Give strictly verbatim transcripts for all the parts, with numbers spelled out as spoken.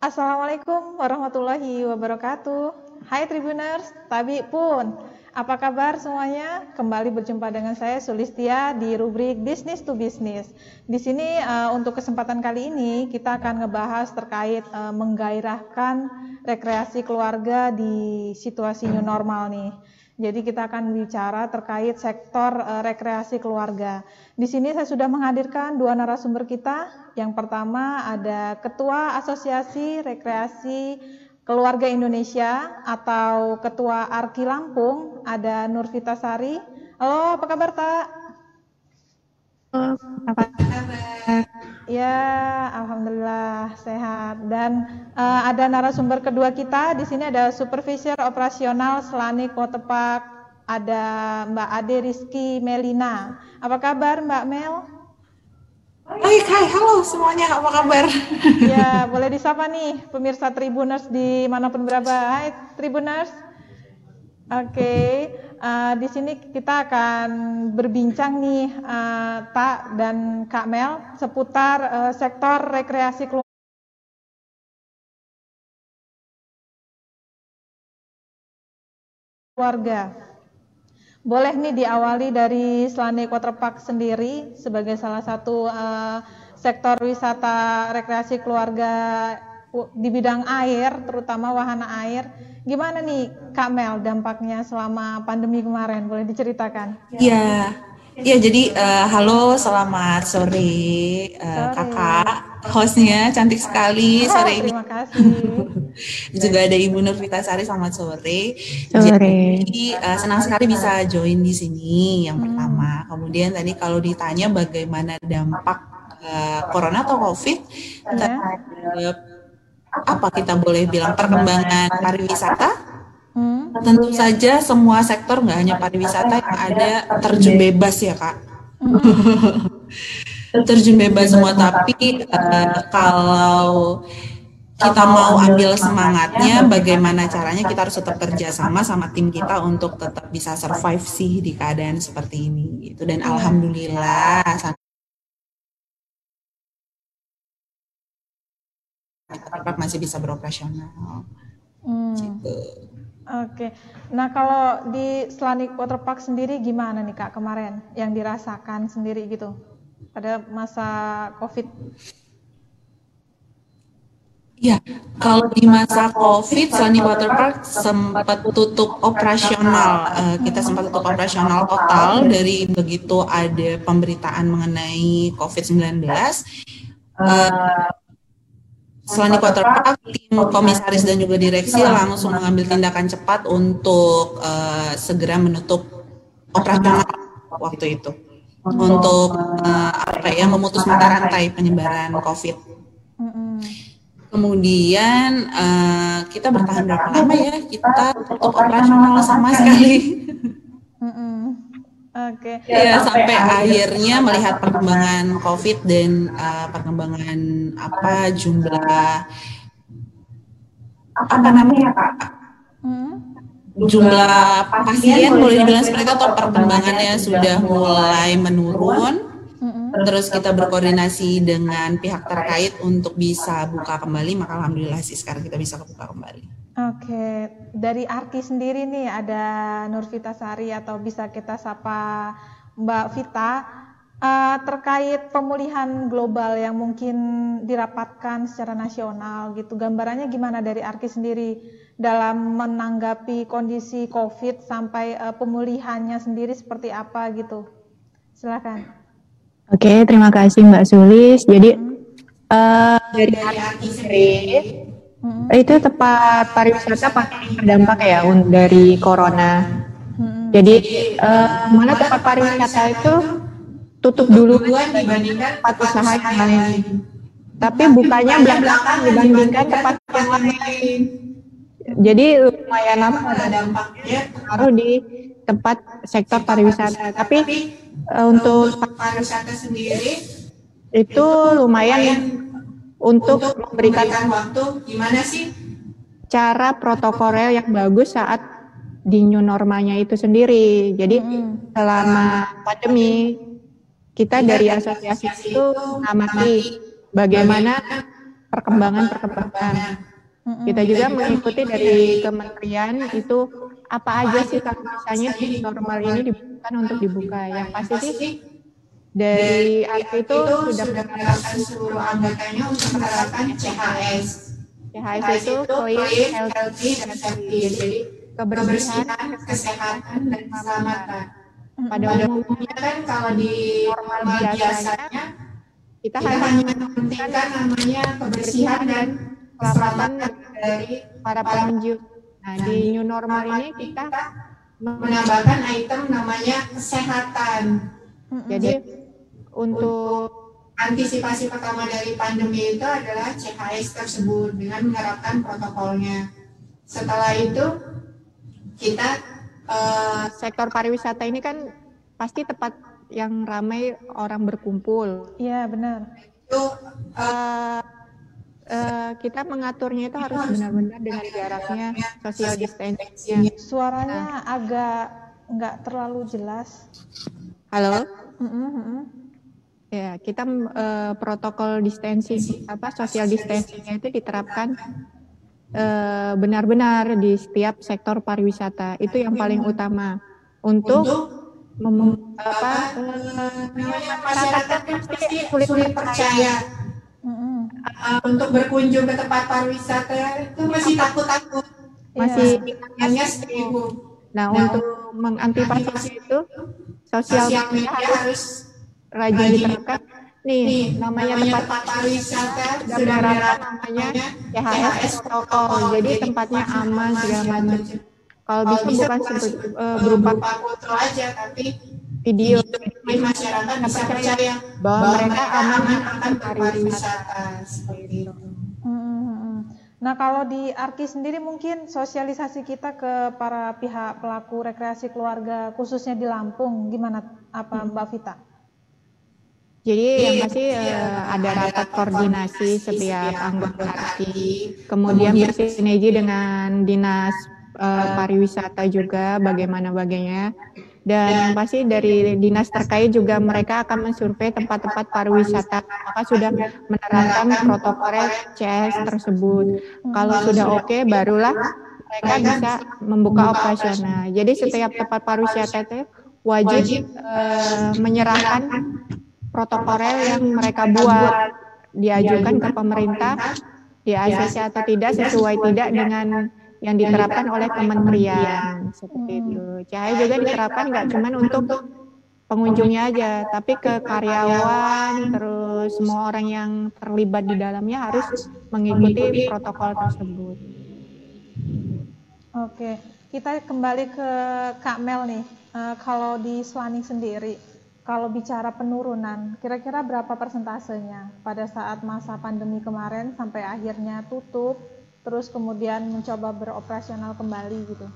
Assalamualaikum warahmatullahi wabarakatuh. Hai Tribuners, Tabi pun. Apa kabar semuanya? Kembali berjumpa dengan saya Sulistia di rubrik Business to Business. Di sini uh, untuk kesempatan kali ini kita akan ngebahas terkait uh, menggairahkan rekreasi keluarga di situasi new normal nih. Jadi kita akan bicara terkait sektor uh, rekreasi keluarga. Di sini saya sudah menghadirkan dua narasumber kita. Yang pertama ada Ketua Asosiasi Rekreasi Keluarga Indonesia atau Ketua Arki Lampung, ada Nurvita Sari. Halo, apa kabar, Tak? Halo, apa kabar? Ya, alhamdulillah sehat. Dan uh, ada narasumber kedua kita. Di sini ada Supervisor Operasional Selanik Waterpark, ada Mbak Ade Rizky Melina. Apa kabar, Mbak Mel? Baik, hai, halo semuanya, apa kabar? Ya, boleh disapa nih pemirsa Tribuners di manapun berada. Hai Tribuners. Oke, okay. uh, di sini kita akan berbincang nih, uh, Tak dan Kak Mel seputar uh, sektor rekreasi keluarga. Boleh nih diawali dari Selanik Waterpark sendiri sebagai salah satu uh, sektor wisata rekreasi keluarga di bidang air, terutama wahana air. Gimana nih Kak Mel dampaknya selama pandemi kemarin? Boleh diceritakan? Iya, iya jadi uh, halo, selamat sore, uh, Sore. kakak, hostnya cantik sekali Oh, sore ini. terima kasih. Juga ada Ibu Nurvita Sari, selamat sore. Sore. Jadi uh, senang sekali bisa join di sini yang pertama. Kemudian tadi kalau ditanya bagaimana dampak uh, corona atau COVID terhadap apa kita boleh bilang perkembangan pariwisata? Hmm. Tentu saja semua sektor, nggak hanya pariwisata, yang ada terjun bebas ya Kak. Hmm. Terjun bebas semua, tapi uh, kalau kita mau ambil semangatnya, bagaimana caranya kita harus tetap kerja sama sama tim kita untuk tetap bisa survive sih di keadaan seperti ini gitu. Dan alhamdulillah tetap masih bisa beroperasional. Hmm. Gitu. Oke, nah kalau di Selanik Waterpark sendiri gimana nih Kak kemarin yang dirasakan sendiri gitu pada masa COVID? Ya, kalau di masa COVID, Selanik Waterpark sempat tutup operasional. Uh, kita sempat tutup operasional total dari begitu ada pemberitaan mengenai COVID sembilan belas. Uh, Selanik Waterpark, tim komisaris dan juga direksi langsung mengambil tindakan cepat untuk uh, segera menutup operasional waktu itu. Untuk uh, apa ya, memutus mata rantai penyebaran COVID. Kemudian uh, kita bertahan berapa lama ya? Kita tutup operasional sama sekali. Oke. Okay. Ya, sampai akhirnya melihat perkembangan COVID dan uh, perkembangan apa jumlah apa namanya Pak? Hmm? Jumlah pasien boleh dibilang seperti itu, atau perkembangannya sudah mulai menurun. Terus kita berkoordinasi dengan pihak terkait untuk bisa buka kembali, maka alhamdulillah sih sekarang kita bisa buka kembali. Oke, dari Arki sendiri nih ada Nurvita Sari atau bisa kita sapa Mbak Vita uh, terkait pemulihan global yang mungkin dirapatkan secara nasional gitu. Gambarannya gimana dari Arki sendiri dalam menanggapi kondisi COVID sampai uh, pemulihannya sendiri seperti apa gitu? Silakan. Oke, terima kasih Mbak Sulis. Jadi hmm. uh, dari Arki sendiri Hmm. itu tempat pariwisata paling terdampak ya dari corona. Hmm. Jadi uh, malah tempat pariwisata itu tutup duluan dibandingkan tempat usaha yang lain. Tapi bukanya belakang dibandingkan tempat yang lain. Jadi lumayan lama ada dampaknya baru di tempat sektor pariwisata. Tapi uh, untuk pariwisata sendiri itu lumayan untuk memberikan waktu gimana sih cara protokolnya yang bagus saat di new normalnya itu sendiri. Jadi hmm. selama pandemi kita dari asosiasi itu mengamati bagaimana perkembangan-perkembangan. Kita juga mengikuti dari kementerian itu apa aja sih kalau misalnya di normal ini dibutuhkan untuk dibuka. Yang pasti sih dari A L K itu sudah menerapkan seluruh anggotanya untuk menerapkan C H S. C H S itu clean, healthy, dan safety. Jadi kebersihan, kesehatan, dan keselamatan. Pada umumnya kan kalau di normal biasanya kita hanya mementingkan namanya kebersihan dan keselamatan dari para pengunjung. Nah, di new normal ini kita menambahkan item namanya kesehatan. Jadi untuk antisipasi pertama dari pandemi itu adalah C H S tersebut dengan menerapkan protokolnya. Setelah itu kita uh, sektor pariwisata ini kan pasti tempat yang ramai orang berkumpul. Iya, benar. Itu uh, uh, kita mengaturnya itu harus benar-benar dengan jaraknya, social distancing. Suaranya nah. agak nggak terlalu jelas. Halo? Mm-hmm. Ya, kita uh, protokol distancing apa social distancingnya itu diterapkan uh, benar-benar di setiap sektor pariwisata. Itu yang paling utama untuk mem- apa uh, masyarakat pasti sulit percaya mm-hmm. uh, untuk berkunjung ke tempat pariwisata itu masih takut-takut, masih hanya seribu. Nah, nah, untuk mengantisipasi itu sosial media harus rajin diterapkan. Nih, namanya tempat pariwisata sudah menerapkan namanya C H S protokol. Jadi tempatnya aman segala macam. Kalau bisa bukan sebut, uh, berupa foto aja, tapi video, jadi masyarakat bisa percaya bahwa mereka aman akan pariwisata seperti itu. Nah, kalau di A R K I sendiri mungkin sosialisasi kita ke para pihak pelaku rekreasi keluarga khususnya di Lampung gimana apa Mbak Vita? Jadi yang pasti uh, ada rapat koordinasi setiap anggota A R K I, kemudian bersinergi dengan dinas uh, pariwisata juga bagaimana bagainya. Dan yang pasti dari dinas terkait juga mereka akan mensurvei tempat-tempat pariwisata apakah sudah menerapkan protokol C S tersebut. Kalau sudah oke, okay, barulah mereka bisa membuka operasional. Jadi setiap tempat pariwisata itu wajib uh, menyerahkan protokol yang mereka buat, diajukan ke pemerintah, di A C C atau tidak, sesuai tidak dengan yang diterapkan oleh kementerian seperti itu. C H S juga diterapkan nggak cuma untuk pengunjungnya aja, tapi ke karyawan, terus semua orang yang terlibat di dalamnya harus mengikuti protokol tersebut. Oke, kita kembali ke Kak Mel nih. Uh, kalau di Swaning sendiri, kalau bicara penurunan, kira-kira berapa persentasenya pada saat masa pandemi kemarin sampai akhirnya tutup? Terus kemudian mencoba beroperasional kembali gitu.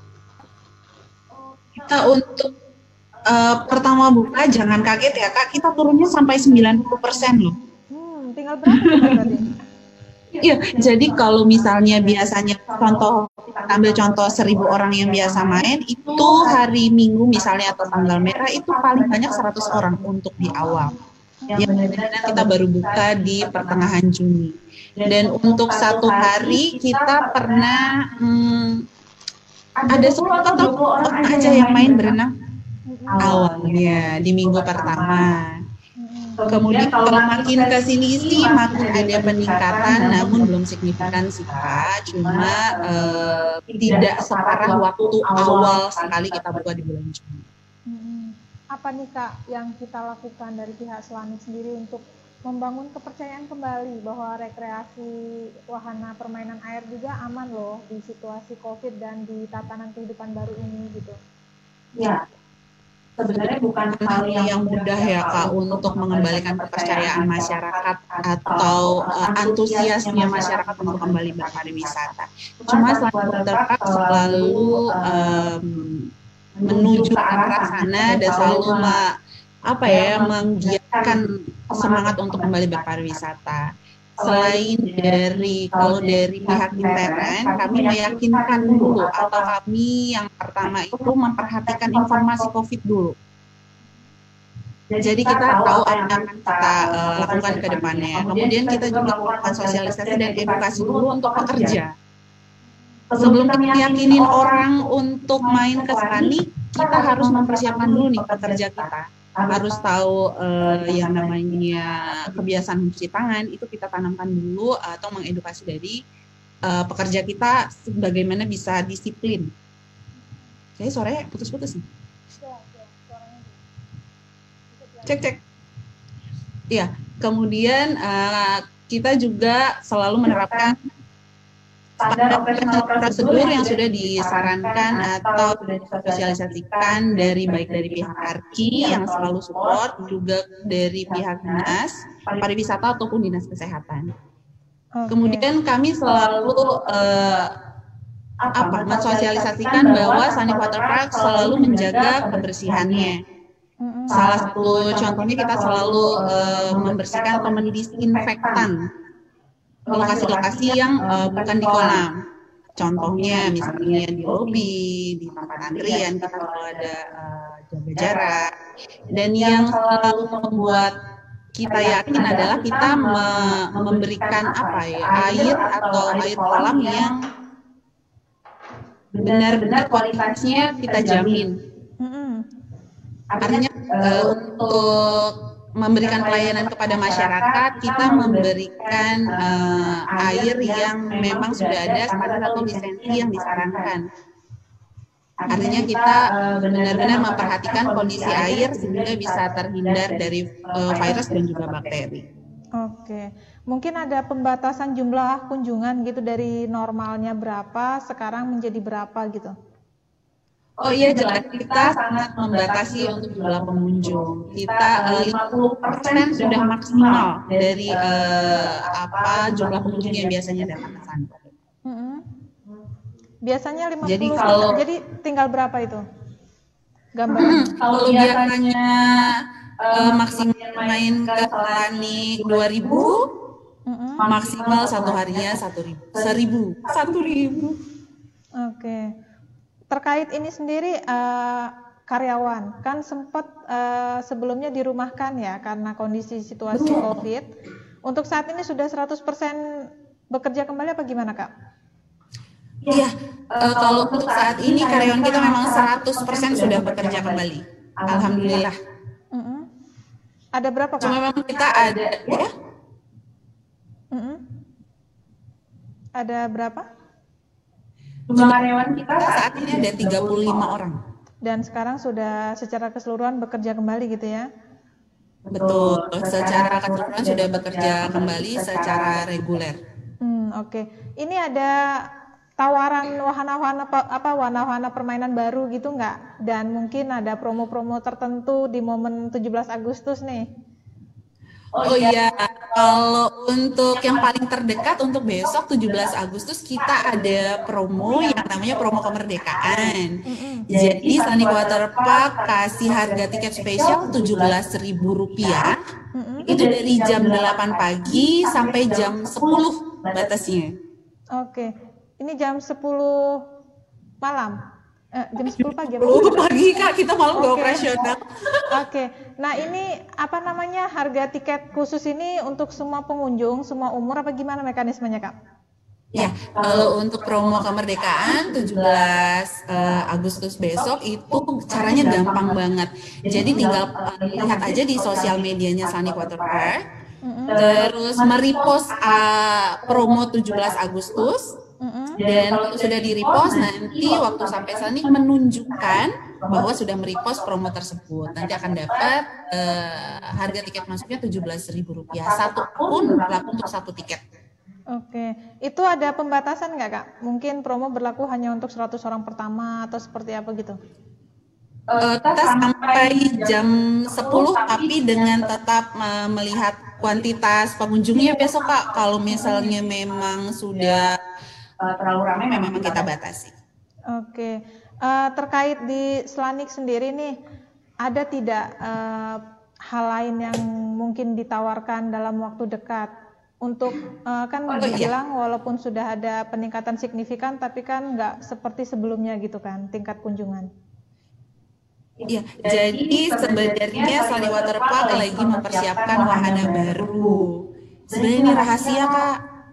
Kita untuk uh, pertama buka jangan kaget ya Kak, kita turunnya sampai sembilan puluh persen loh. Hmm, tinggal berapa berarti? Iya, jadi kalau misalnya biasanya contoh, ambil contoh seribu orang yang biasa main, itu hari Minggu misalnya atau tanggal merah itu paling banyak seratus orang untuk di awal. Yang benar-benar kita baru buka di pertengahan Juni. Dan untuk satu hari kita pernah hmm, ada sepuluh atau orang aja yang main berenang awalnya di minggu pertama. Kemudian kalau makin ke sini sih makin ada peningkatan, namun belum signifikan sih Kak. Cuma uh, tidak separah waktu awal sekali kita buka di bulan Juni. Apa nih Kak yang kita lakukan dari pihak Swaning sendiri untuk membangun kepercayaan kembali bahwa rekreasi wahana permainan air juga aman loh di situasi COVID dan di tatanan kehidupan baru ini gitu. Ya, sebenarnya bukan hal yang mudah ya Kak untuk mengembalikan kepercayaan masyarakat atau uh, antusiasnya masyarakat untuk kembali berpariwisata. Cuma Swaning Waterpark selalu um, menuju ke arah sana dan selalu ma- apa ya menggiatkan semangat untuk kembali berpariwisata. Selain dari kalau dari pihak intern, kami meyakinkan dulu atau kami yang pertama itu memperhatikan informasi COVID dulu. Jadi kita tahu apa yang akan kita uh, lakukan ke depannya. Kemudian kita juga melakukan sosialisasi dan edukasi dulu untuk pekerja. Sebelum kita yakinin orang untuk main ke Sani, kita harus mempersiapkan dulu nih pekerja kita. Harus tahu uh, yang namanya kebiasaan mencuci tangan, itu kita tanamkan dulu atau mengedukasi dari uh, pekerja kita bagaimana bisa disiplin. Kayaknya suaranya putus-putus nih. Cek cek. Iya, kemudian uh, kita juga selalu menerapkan standar operasional prosedur yang sudah disarankan atau sudah disosialisasikan dari baik dari pihak Arki yang selalu support, juga dari pihak dinas pariwisata ataupun dinas kesehatan. Okay. Kemudian kami selalu uh, apa mensosialisasikan bahwa Sani Waterpark selalu menjaga kebersihannya. Salah satu contohnya kita selalu uh, membersihkan atau mendisinfektan lokasi-lokasi yang uh, bukan di kolam. Contohnya misalnya di lobi, di tempat antrian kita selalu ada uh, jaga jarak. Dan yang selalu membuat kita yakin adalah kita me memberikan apa ya air atau air kolam yang benar-benar kualitasnya kita jamin. Artinya uh, untuk memberikan pelayanan kepada masyarakat, kita memberikan uh, air yang memang sudah ada standar atau lisensi yang disarankan. Artinya kita uh, benar-benar memperhatikan kondisi air sehingga bisa terhindar dari uh, virus dan juga bakteri. Oke, mungkin ada pembatasan jumlah kunjungan gitu dari normalnya berapa, sekarang menjadi berapa gitu? Oh iya jelas, kita sangat membatasi untuk jumlah pengunjung. Kita uh, lima puluh persen sudah maksimal dari uh, apa jumlah pengunjung yang biasanya datang ke sana. Mm-hmm. Biasanya lima puluh, jadi kalau jadi tinggal berapa itu? Gambar. Hmm, kalau biasanya uh, maksimal main ke Sani dua ribu, mm-hmm. maksimal satu harinya satu ribu. Seribu. Satu ribu. Oke. Okay. Terkait ini sendiri uh, karyawan kan sempat uh, sebelumnya dirumahkan ya karena kondisi situasi COVID. Untuk saat ini sudah seratus persen bekerja kembali apa gimana Kak? Iya, uh, kalau untuk saat ini karyawan kita memang seratus persen sudah bekerja kembali. Alhamdulillah. Mm-hmm. Ada berapa Kak? Cuma memang kita ada ya? Mm-hmm. Ada berapa? Jumlah karyawan kita saat ini ada tiga puluh lima orang. Dan sekarang sudah secara keseluruhan bekerja kembali gitu ya? Betul, secara keseluruhan sudah bekerja kembali secara reguler. Hmm, oke. Okay. Ini ada tawaran wahana-wahana apa wahana-wahana permainan baru gitu nggak? Dan mungkin ada promo-promo tertentu di momen tujuh belas Agustus nih. Oh iya, kalau untuk yang paling terdekat untuk besok tujuh belas Agustus kita ada promo yang namanya promo kemerdekaan. Mm-hmm. Jadi Sani Waterpark kasih harga tiket spesial tujuh belas ribu rupiah. Mm-hmm. Itu dari jam delapan pagi sampai jam sepuluh batasnya. Oke, ini jam sepuluh malam. Eh, jam sepuluh pagi. sepuluh pagi Kak, kita malam nggak okay. operasional. Oke, okay. Nah ini apa namanya harga tiket khusus ini untuk semua pengunjung, semua umur apa gimana mekanismenya Kak? Ya, kalau untuk promo kemerdekaan tujuh belas Agustus besok itu caranya gampang banget. Jadi tinggal uh, lihat aja di sosial medianya Sani Waterpark, mm-hmm. terus merepost uh, promo tujuh belas Agustus. Mm-hmm. Dan kalau sudah di-repost nanti waktu sampai Sani menunjukkan bahwa sudah merepost promo tersebut. Nanti akan dapat uh, harga tiket masuknya tujuh belas ribu rupiah. Satu pun berlaku untuk satu tiket. Oke, itu ada pembatasan nggak Kak? Mungkin promo berlaku hanya untuk seratus orang pertama atau seperti apa gitu? Uh, kita sampai jam sepuluh tapi dengan tetap uh, melihat kuantitas pengunjungnya besok Kak. Kalau misalnya memang sudah Uh, terlalu ramai memang kita batasi. Oke, uh, terkait di Slanik sendiri nih, ada tidak uh, hal lain yang mungkin ditawarkan dalam waktu dekat untuk uh, kan oh, dibilang iya. Walaupun sudah ada peningkatan signifikan, tapi kan nggak seperti sebelumnya gitu kan tingkat kunjungan. Ya, jadi sebenarnya Sunny Water Park lagi mempersiapkan wahana baru. Sebenarnya ini rahasia, Kak.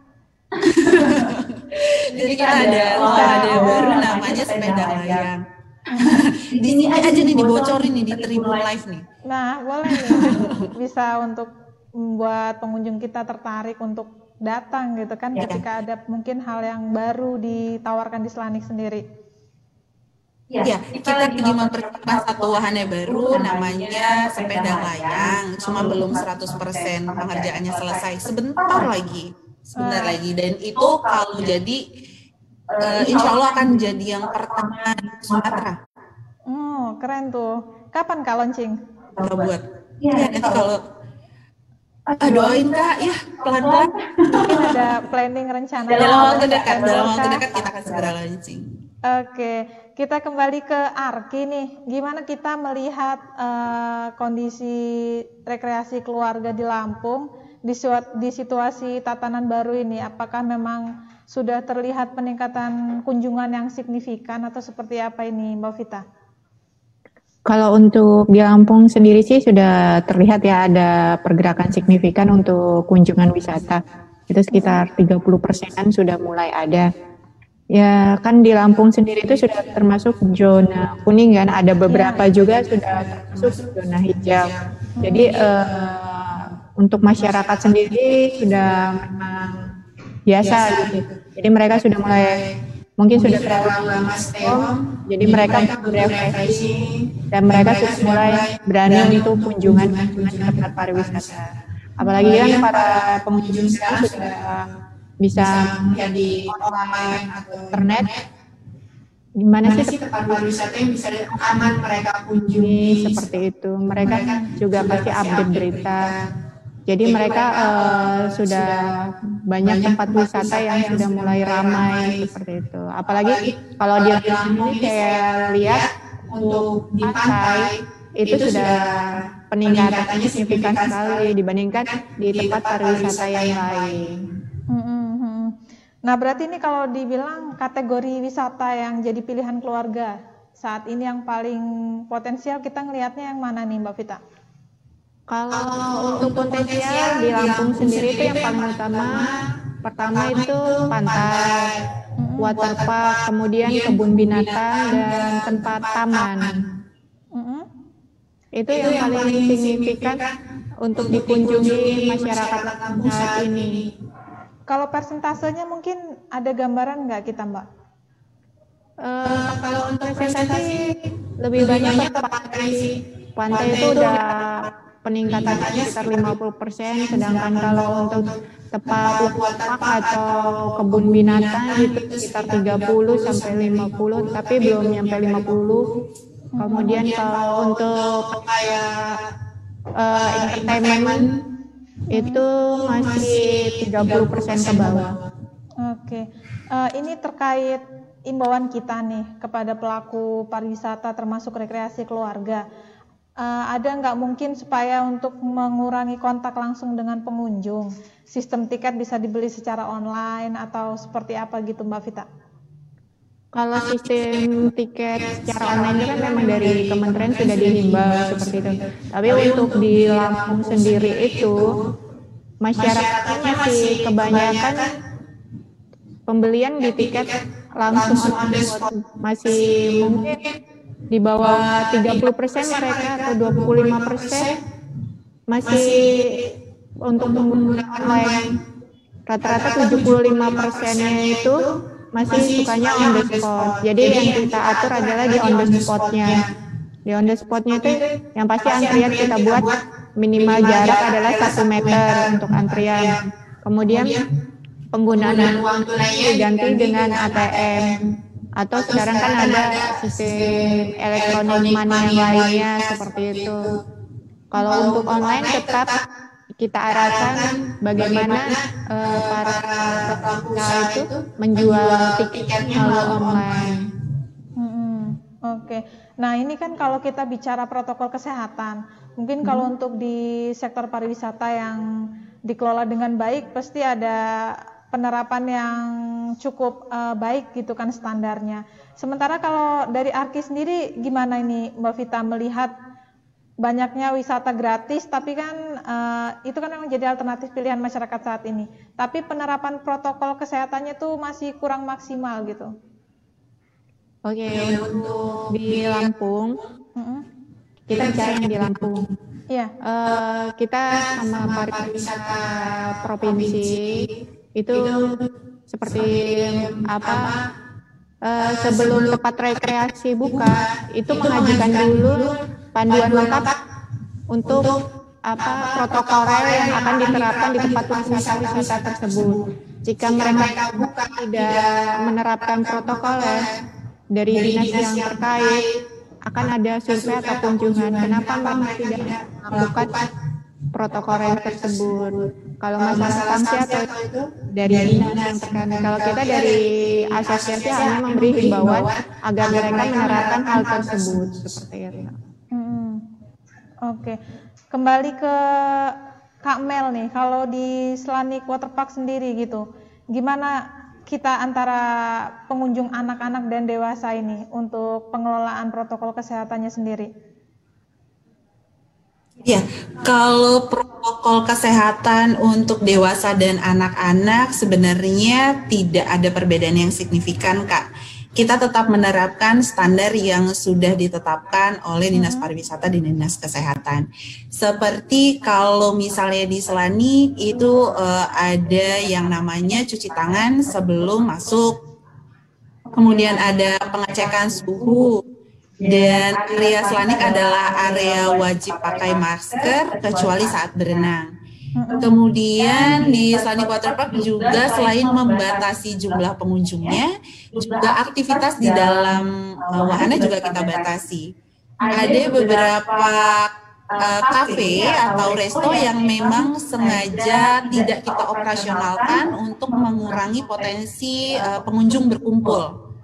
Jadi kita ada wahana baru namanya sepeda layang. Di sini aja nih dibocorin nih di Tribun Live nih. Nah, boleh nih. Bisa untuk membuat pengunjung kita tertarik untuk datang gitu kan, ya, ketika ada mungkin hal yang baru ditawarkan di Selanik sendiri. Ya, ya, kita lagi mempersiapkan satu wahana baru namanya sepeda layang, cuma belum seratus persen pengerjaannya selesai, sebentar lagi, sebentar lagi, dan itu kalau jadi, uh, insya Allah akan jadi yang pertama di Sumatera. Oh, keren tuh. Kapan Kak launching? Kita buat, ya nanti kalau ah, doain Kak, ya pelan-pelan. Mungkin ada planning rencana. Dalam waktu dekat, dalam waktu dekat kita akan segera launching. Oke, kita kembali ke Arki nih. Gimana kita melihat uh, kondisi rekreasi keluarga di Lampung di, di situasi tatanan baru ini? Apakah memang sudah terlihat peningkatan kunjungan yang signifikan atau seperti apa ini, Mbak Vita? Kalau untuk di Lampung sendiri sih sudah terlihat ya ada pergerakan signifikan untuk kunjungan wisata. Itu sekitar tiga puluh persenan sudah mulai ada. Ya kan di Lampung sendiri itu sudah termasuk zona kuning kan, ada beberapa juga sudah termasuk zona hijau. Jadi uh, untuk masyarakat sendiri sudah memang biasa gitu. Jadi mereka sudah mulai mungkin sudah terlalu lama stay home, jadi mereka refreshing dan mereka sudah mulai berani untuk kunjungan ke tempat pariwisata. Apalagi kan para pengunjung sekarang sudah bisa melihat di online atau internet gimana sih tempat pariwisata yang bisa aman mereka kunjungi seperti itu. Mereka juga pasti update berita. Jadi mereka uh, sudah banyak tempat wisata yang sudah mulai ramai seperti itu. Apalagi kalau di Lampung ini saya lihat untuk di pantai itu sudah peningkatannya signifikan sekali dibandingkan di tempat pariwisata yang lain. Nah, berarti ini kalau dibilang kategori wisata yang jadi pilihan keluarga saat ini yang paling potensial kita ngelihatnya yang mana nih Mbak Vita? Kalau untuk potensial di Lampung sendiri itu yang paling utama, pertama itu pantai, waterpark, kemudian kebun binatang dan tempat taman. Itu yang paling signifikan untuk dikunjungi masyarakat saat ini. Kalau persentasenya mungkin ada gambaran nggak kita Mbak? Uh, kalau untuk presentasi lebih banyak ke pantai sih. Pantai itu udah peningkatannya sekitar lima puluh persen, sedangkan kalau untuk tempat waterpark atau kebun binatang itu sekitar tiga puluh sampai lima puluh, tapi belum nyampe lima puluh. Kemudian kalau untuk kayak uh, entertainment itu masih tiga puluh persen ke bawah. Oke, uh, ini terkait imbauan kita nih kepada pelaku pariwisata termasuk rekreasi keluarga. Uh, ada nggak mungkin supaya untuk mengurangi kontak langsung dengan pengunjung, sistem tiket bisa dibeli secara online atau seperti apa gitu Mbak Vita? Kalau sistem tiket secara online itu kan memang dari kementerian sudah dihimbau seperti itu. Tapi untuk di Lampung sendiri itu masyarakatnya masih kebanyakan pembelian di tiket langsung on the spot, masih mungkin di bawah tiga puluh persen mereka atau dua puluh lima persen masih untuk pengguna online. Rata-rata tujuh puluh lima persennya itu masih sukanya on the spot. Jadi yang kita atur adalah di on the spotnya. Di on the spotnya itu yang pasti antrian kita buat minimal jarak adalah satu meter untuk antrian. Kemudian penggunaan uang tunai diganti dengan A T M. Atau sekarang kan ada sistem elektronik money yang lainnya seperti itu. Kalau untuk online tetap kita arahkan bagaimana uh, para pelaku itu menjual tiket melalui online. Hmm, Oke, okay. Nah ini kan kalau kita bicara protokol kesehatan, mungkin hmm. kalau untuk di sektor pariwisata yang dikelola dengan baik, pasti ada penerapan yang cukup uh, baik gitu kan standarnya. Sementara kalau dari Arki sendiri gimana ini Mbak Vita melihat banyaknya wisata gratis, tapi kan uh, itu kan memang jadi alternatif pilihan masyarakat saat ini. Tapi penerapan protokol kesehatannya tuh masih kurang maksimal gitu. Oke, untuk di Lampung, uh-huh. kita bicara yang di Lampung. Iya. Uh, kita sama pariwisata provinsi itu seperti apa? Uh, sebelum tempat rekreasi buka, itu mengajukan dulu panduan lengkap untuk apa protokol yang akan diterapkan di tempat wisata tersebut. Jika mereka buka tidak menerapkan protokol dari dinas yang terkait, akan ada survei atau kunjungan. Kenapa Mbak tidak melakukan protokol yang tersebut? Kalau masalah sanksi atau itu dari dinas yang terkait. Kalau kita dari asosiasi hanya memberi himbauan agar mereka menerapkan hal tersebut seperti itu. Hmm. Oke, kembali ke Kak Mel nih. Kalau di Selanik Waterpark sendiri gitu, gimana kita antara pengunjung anak-anak dan dewasa ini untuk pengelolaan protokol kesehatannya sendiri? Ya, kalau protokol kesehatan untuk dewasa dan anak-anak sebenarnya tidak ada perbedaan yang signifikan, Kak. Kita tetap menerapkan standar yang sudah ditetapkan oleh Dinas Pariwisata dan Dinas Kesehatan. Seperti kalau misalnya di Selanik itu uh, ada yang namanya cuci tangan sebelum masuk, kemudian ada pengecekan suhu, dan area Selanik adalah area wajib pakai masker kecuali saat berenang. Kemudian di Selanik Waterpark juga selain membatasi jumlah pengunjungnya, juga aktivitas di dalam uh, wahana juga kita batasi. Ada beberapa uh, kafe atau resto yang memang sengaja tidak kita operasionalkan untuk mengurangi potensi uh, pengunjung berkumpul.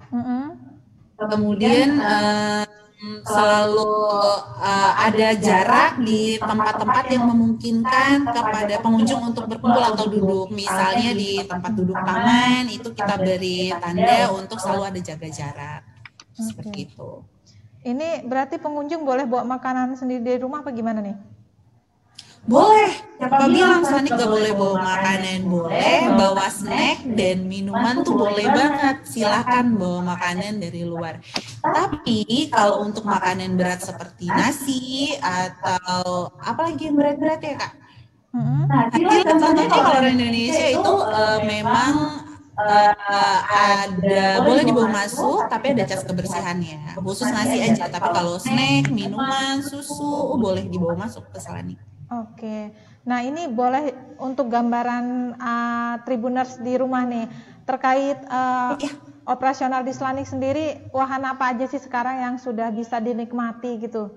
Kemudian uh, selalu uh, ada jarak di tempat-tempat yang memungkinkan kepada pengunjung untuk berkumpul atau duduk. Misalnya di tempat duduk taman itu kita beri tanda untuk selalu ada jaga jarak. Okay. Seperti itu. Ini berarti pengunjung boleh bawa makanan sendiri dari rumah apa gimana nih? Boleh. Siapa bilang Selanik gak boleh bawa makanan? Boleh. Bawa snack dan minuman tuh boleh banget. Silakan bawa makanan dari luar. Tapi kalau untuk makanan berat seperti nasi atau apalagi yang berat-berat ya Kak. Nah, contohnya kalau orang Indonesia itu uh, memang uh, ada boleh dibawa masuk, tapi ada cas kebersihannya. Khusus nasi aja. Tapi kalau snack, minuman, susu boleh dibawa masuk ke Selanik. Oke, nah ini boleh untuk gambaran uh, Tribuners di rumah nih terkait uh, ya. operasional di Selanik sendiri, wahana apa aja sih sekarang yang sudah bisa dinikmati gitu?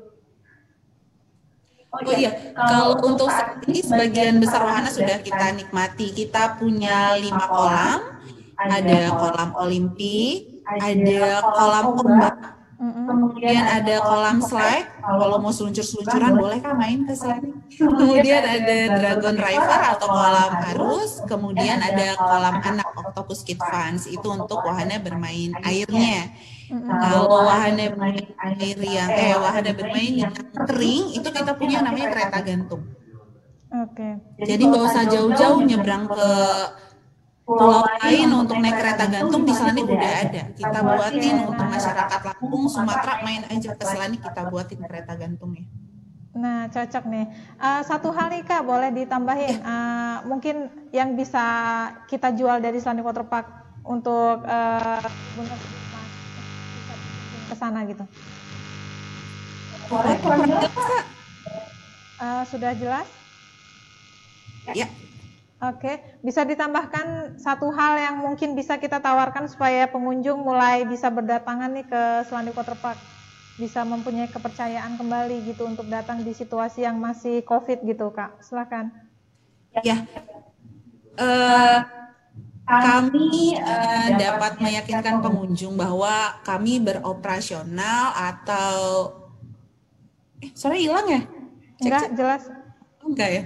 Oh iya, kalau untuk saat ini sebagian besar wahana sudah kita nikmati. Kita punya lima kolam, ada kolam Olimpik, ada kolam ombak. Mm-hmm. Kemudian ada kolam slide, kalau mau seluncur-seluncuran boleh kan main ke Selanik. Kemudian ada dragon river atau kolam arus, kemudian ada kolam anak octopus kid fun, itu untuk wahana bermain airnya. Mm-hmm. Kalau wahana bermain air yang eh wahana bermain yang kering itu kita punya namanya kereta gantung. Oke. Okay. Jadi nggak usah jauh-jauh nyebrang ke pulau lain untuk naik kereta gantung, di Selanik udah ada. Kita buatin untuk masyarakat Lampung, Sumatera main aja ke Selanik, kita buatin kereta gantungnya. Nah, cocok nih. Uh, satu hal nih Kak, boleh ditambahin. Uh, mungkin yang bisa kita jual dari Selanik Waterpark untuk uh, ke sana gitu. Boleh, kurang jelas Kak? Uh, sudah jelas? Ya. Oke, bisa ditambahkan satu hal yang mungkin bisa kita tawarkan supaya pengunjung mulai bisa berdatangan nih ke Selanik Waterpark, bisa mempunyai kepercayaan kembali gitu untuk datang di situasi yang masih COVID gitu, Kak. Silakan. Ya, uh, kami uh, dapat meyakinkan pengunjung bahwa kami beroperasional atau, eh, suara hilang ya? Cek, Enggak, cek. Jelas. Enggak ya.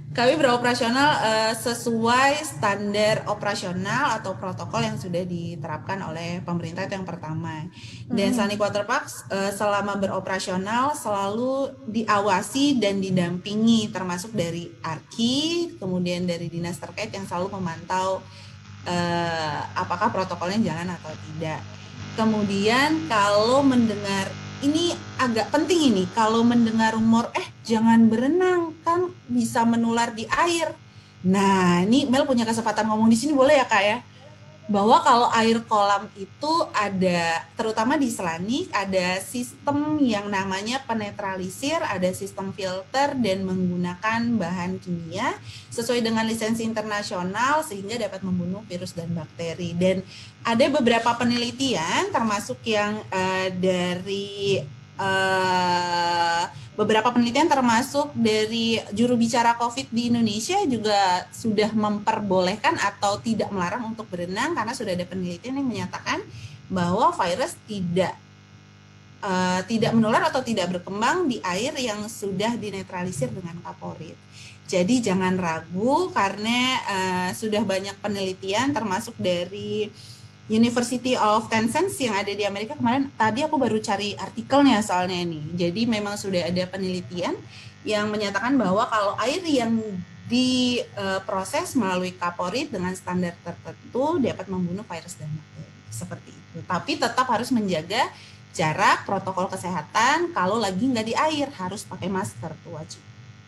Kami beroperasional uh, sesuai standar operasional atau protokol yang sudah diterapkan oleh pemerintah, itu yang pertama. Dan Selanik Waterparks uh, selama beroperasional selalu diawasi dan didampingi, termasuk dari A R K I, kemudian dari dinas terkait yang selalu memantau uh, apakah protokolnya jalan atau tidak. Kemudian kalau mendengar, ini agak penting ini, kalau mendengar rumor, eh jangan berenang, kan bisa menular di air. Nah, ini Mel punya kesempatan ngomong di sini, boleh ya Kak ya? Bahwa kalau air kolam itu ada, terutama di Selanik, ada sistem yang namanya penetralisir, ada sistem filter dan menggunakan bahan kimia sesuai dengan lisensi internasional sehingga dapat membunuh virus dan bakteri. Dan ada beberapa penelitian termasuk yang uh, dari uh, beberapa penelitian termasuk dari juru bicara COVID di Indonesia juga sudah memperbolehkan atau tidak melarang untuk berenang karena sudah ada penelitian yang menyatakan bahwa virus tidak uh, tidak menular atau tidak berkembang di air yang sudah dinetralisir dengan kaporit. Jadi jangan ragu karena uh, sudah banyak penelitian termasuk dari University of Kansas yang ada di Amerika kemarin. Tadi aku baru cari artikelnya soalnya ini. Jadi memang sudah ada penelitian yang menyatakan bahwa kalau air yang diproses melalui kaporit dengan standar tertentu dapat membunuh virus dan bakteri. Seperti itu. Tapi tetap harus menjaga jarak, protokol kesehatan. Kalau lagi nggak di air harus pakai masker, itu wajib.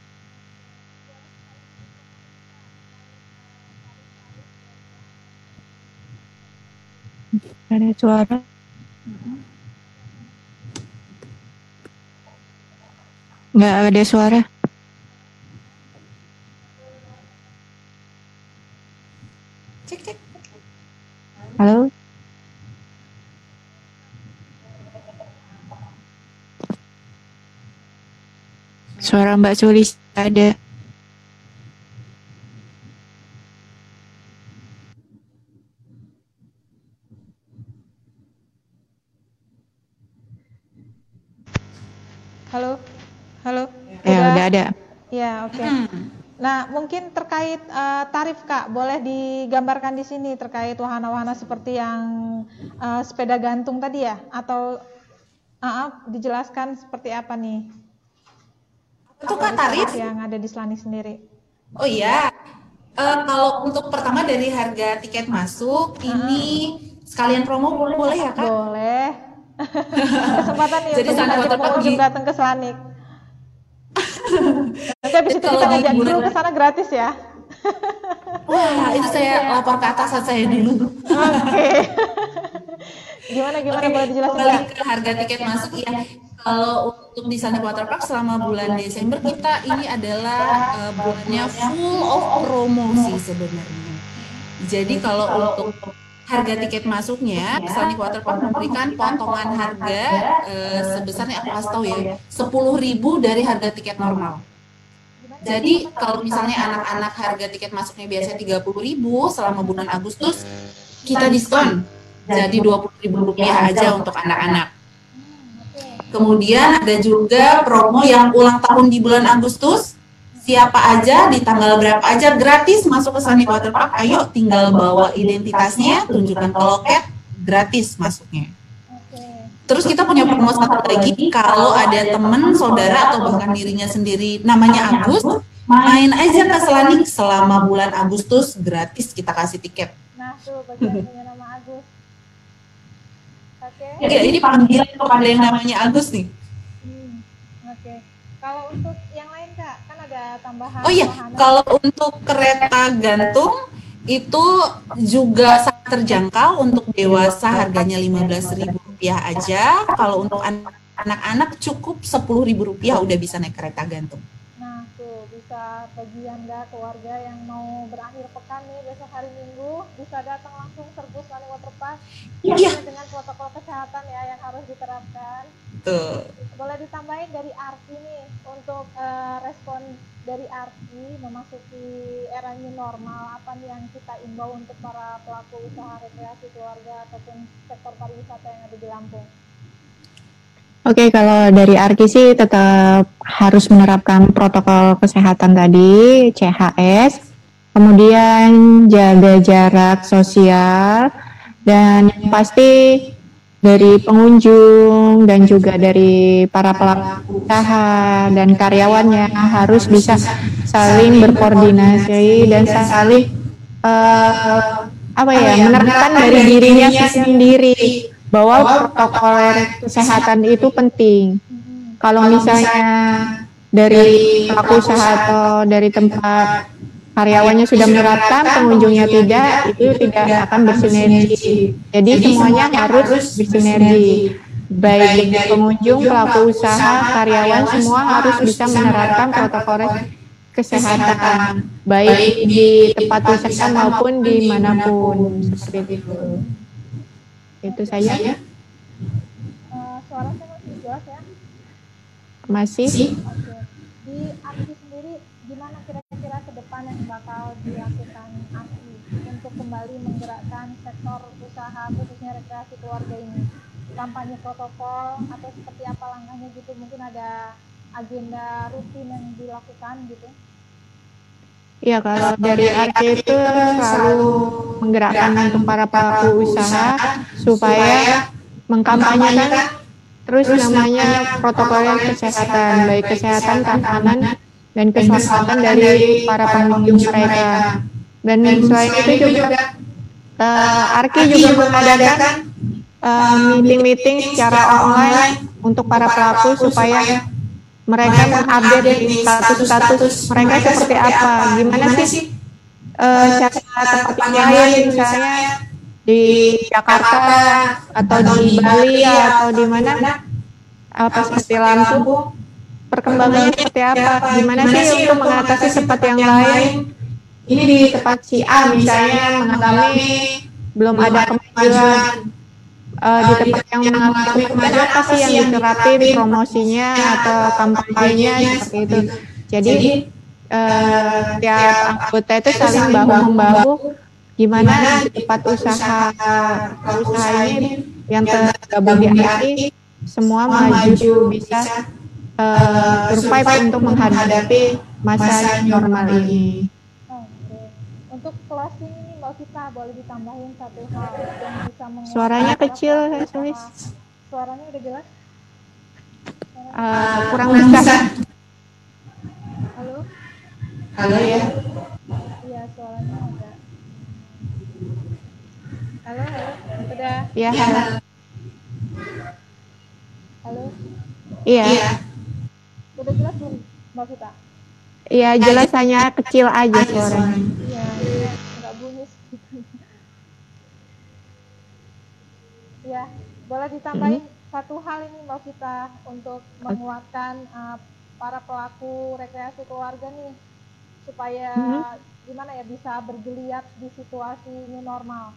Ada suara? Nggak ada suara. Cek, cek. Halo? Suara Mbak Sulis ada. Halo, halo. Ya, udah ada. Ya, oke. Okay. Nah, mungkin terkait uh, tarif Kak, boleh digambarkan di sini terkait wahana-wahana seperti yang uh, sepeda gantung tadi ya, atau uh, uh, dijelaskan seperti apa nih? Itu Kak tarif yang ada di Selanik sendiri. Oh iya, uh, kalau untuk pertama dari harga tiket masuk, uh. ini sekalian promo boleh ya Kak? Boleh. Kesempatan nih untuk Selanik Waterparks untuk datang ke Selanik. Nanti habis itu kita ngajak dulu ke sana gratis ya. Wah, itu saya lapor ke atasan saya dulu. Oke. Okay. Gimana gimana okay, boleh dijelaskan? Kembali ke harga tiket masuk ya. Kalau untuk di Selanik Waterparks selama bulan Desember kita ini adalah uh, bulannya full of promosi sebenarnya. Jadi kalau untuk harga tiket masuknya, Selanik Waterparks memberikan potongan harga eh, sebesarnya aku kasih tahu ya, sepuluh ribu dari harga tiket normal. Jadi kalau misalnya anak-anak harga tiket masuknya biasanya tiga puluh ribu, selama bulan Agustus kita diskon jadi dua puluh ribu rupiah aja untuk anak-anak. Kemudian ada juga promo yang ulang tahun di bulan Agustus. Siapa aja di tanggal berapa aja gratis masuk ke Selanik Waterparks. Ayo tinggal bawa identitasnya, tunjukkan ke loket, gratis masuknya. Terus kita punya promo satu lagi, kalau ada teman, saudara atau bahkan dirinya sendiri namanya Agus, main aja ke Selanik selama bulan Agustus gratis kita kasih tiket. Nah tuh bagian punya nama Agus. Oke. Okay. Ya, ini panggilan kepada yang namanya Agus nih. Hmm, Oke. Okay. Kalau untuk yang lain Kak, kan ada tambahan. Oh iya, wahana. Kalau untuk kereta gantung itu juga sangat terjangkau. Untuk dewasa harganya lima belas ribu rupiah aja. Kalau untuk anak-anak cukup sepuluh ribu rupiah udah bisa naik kereta gantung. Nah tuh, bisa bagi Anda keluarga yang mau berakhir pekan nih besok hari Minggu, bisa datang langsung serbu Selanik Waterparks. Iya. Dengan protokol kesehatan ya yang harus diterapkan. Tuh. Boleh ditambahin dari A R K I nih untuk uh, respon dari A R K I memasuki era new normal, apa nih yang kita imbau untuk para pelaku usaha rekreasi keluarga ataupun sektor pariwisata yang ada di Lampung? Oke, kalau dari Arki sih tetap harus menerapkan protokol kesehatan tadi, C H S, kemudian jaga jarak sosial, dan yang pasti dari pengunjung dan juga dari para pelaku usaha dan karyawannya harus bisa saling berkoordinasi dan saling uh, apa ya menerapkan dari dirinya sendiri bahwa protokol kesehatan itu penting. Kalau misalnya dari pelaku usaha atau dari tempat karyawannya sudah menerapkan, pengunjungnya tidak, itu tidak akan bersinergi. Jadi semuanya harus bersinergi. Baik dari pengunjung, pelaku usaha, karyawan, semua harus bisa menerapkan protokol kesehatan, baik di tempat usaha maupun dimanapun. Seperti itu. Itu saja. Uh, suara saya masih jelas ya? Masih. Oke. Di Arki sendiri, gimana kira-kira ke depan yang bakal dilakukan Arki untuk kembali menggerakkan sektor usaha khususnya rekreasi keluarga ini? Kampanye protokol atau seperti apa langkahnya gitu? Mungkin ada agenda rutin yang dilakukan gitu? Iya, kalau dari Arki itu selalu menggerakkan untuk para pelaku usaha supaya mengkampanyekan terus namanya protokol kesehatan, baik kesehatan, keamanan, dan keselamatan dari para pengunjung mereka. Dan selain itu juga uh, Arki juga mengadakan meeting-meeting uh, secara online untuk para pelaku supaya mereka mengupdate status-status mereka seperti apa, gimana sih uh, cara tempat yang lain, misalnya di Jakarta atau di Bali atau di mana, apa seperti Lampung, perkembangannya seperti apa, gimana sih untuk mengatasi tempat yang lain. Ini di tempat si A misalnya mengalami belum ada kemajuan. Uh, di tempat yang mengalami kemajuan apa sih yang diterapin promosinya atau kampanyenya seperti itu. Jadi uh, tiap anggota itu saling bahu membahu gimana di tempat usaha usaha ini yang tergabung di Arki semua maju bisa uh, survive untuk menghadapi masa normal ini. Oke. Untuk closing ini Mbak Vita boleh ditambahin satu hal yang bisa menguatkan. Suaranya kecil, saya tulis. Suaranya udah jelas? Suaranya uh, kurang besar. Halo? Halo ya. Iya, suaranya agak. Halo, halo. Udah. Iya, halo. Halo. Iya. Udah jelas belum Mbak Vita? Iya, jelas hanya kecil aja suaranya. Iya, nggak bunyi. Ya, boleh ditambahin mm-hmm. satu hal ini Mbak Vita untuk menguatkan uh, para pelaku rekreasi keluarga nih supaya mm-hmm. gimana ya bisa bergeliat di situasi new normal.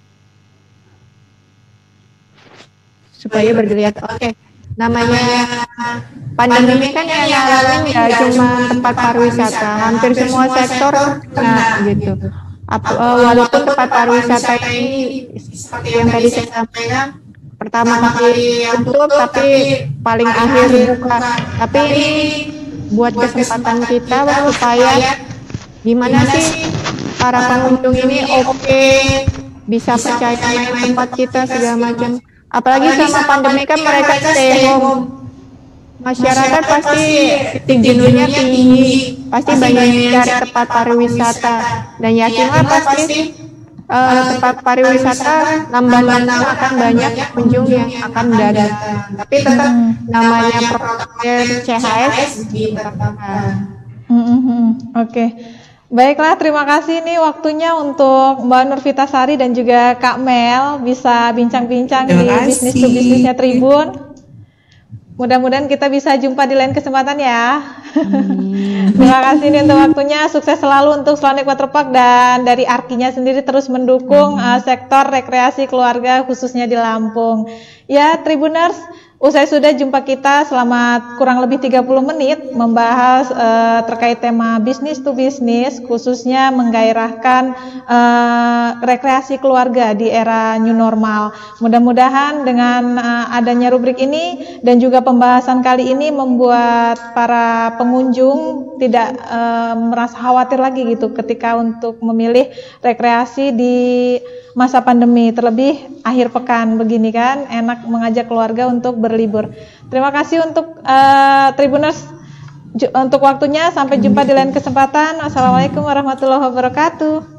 Supaya bergeliat, oke. Okay. Namanya pandemi kan yang ngalamin nggak cuma tempat pariwisata, hampir semua sektor nah gitu. Ap, uh, walaupun tempat pariwisata ini seperti yang tadi saya sampaikan pertama kali tutup tapi paling akhir buka, tapi ini buat kesempatan kita supaya gimana sih para pengunjung ini oke okay, bisa percaya main tempat kita segala macam. Apalagi sama pandemi kan mereka stay home, masyarakat pasti titik jenuhnya tinggi, pasti banyak yang cari tempat pariwisata dan yakinlah pasti uh, tempat pariwisata nambah-nambah akan banyak pengunjung yang akan datang. Tapi tetap namanya protokol C H S diterapkan. Oke. Okay. Baiklah, terima kasih nih waktunya untuk Mbak Nurvita Sari dan juga Kak Mel bisa bincang-bincang di bisnis to bisnisnya Tribun. Mudah-mudahan kita bisa jumpa di lain kesempatan ya. Hmm. Terima kasih nih untuk waktunya, sukses selalu untuk Selanik Waterpark dan dari Arkinya sendiri terus mendukung hmm. uh, sektor rekreasi keluarga khususnya di Lampung. Ya, Tribuners, Usai sudah jumpa kita selama kurang lebih tiga puluh menit membahas uh, terkait tema bisnis to bisnis, khususnya menggairahkan uh, rekreasi keluarga di era new normal. Mudah-mudahan dengan uh, adanya rubrik ini dan juga pembahasan kali ini membuat para pengunjung tidak uh, merasa khawatir lagi gitu ketika untuk memilih rekreasi di masa pandemi, terlebih akhir pekan begini kan, enak mengajak keluarga untuk berlibur. Terima kasih untuk uh, Tribuners untuk waktunya. Sampai jumpa di lain kesempatan. Wassalamualaikum warahmatullahi wabarakatuh.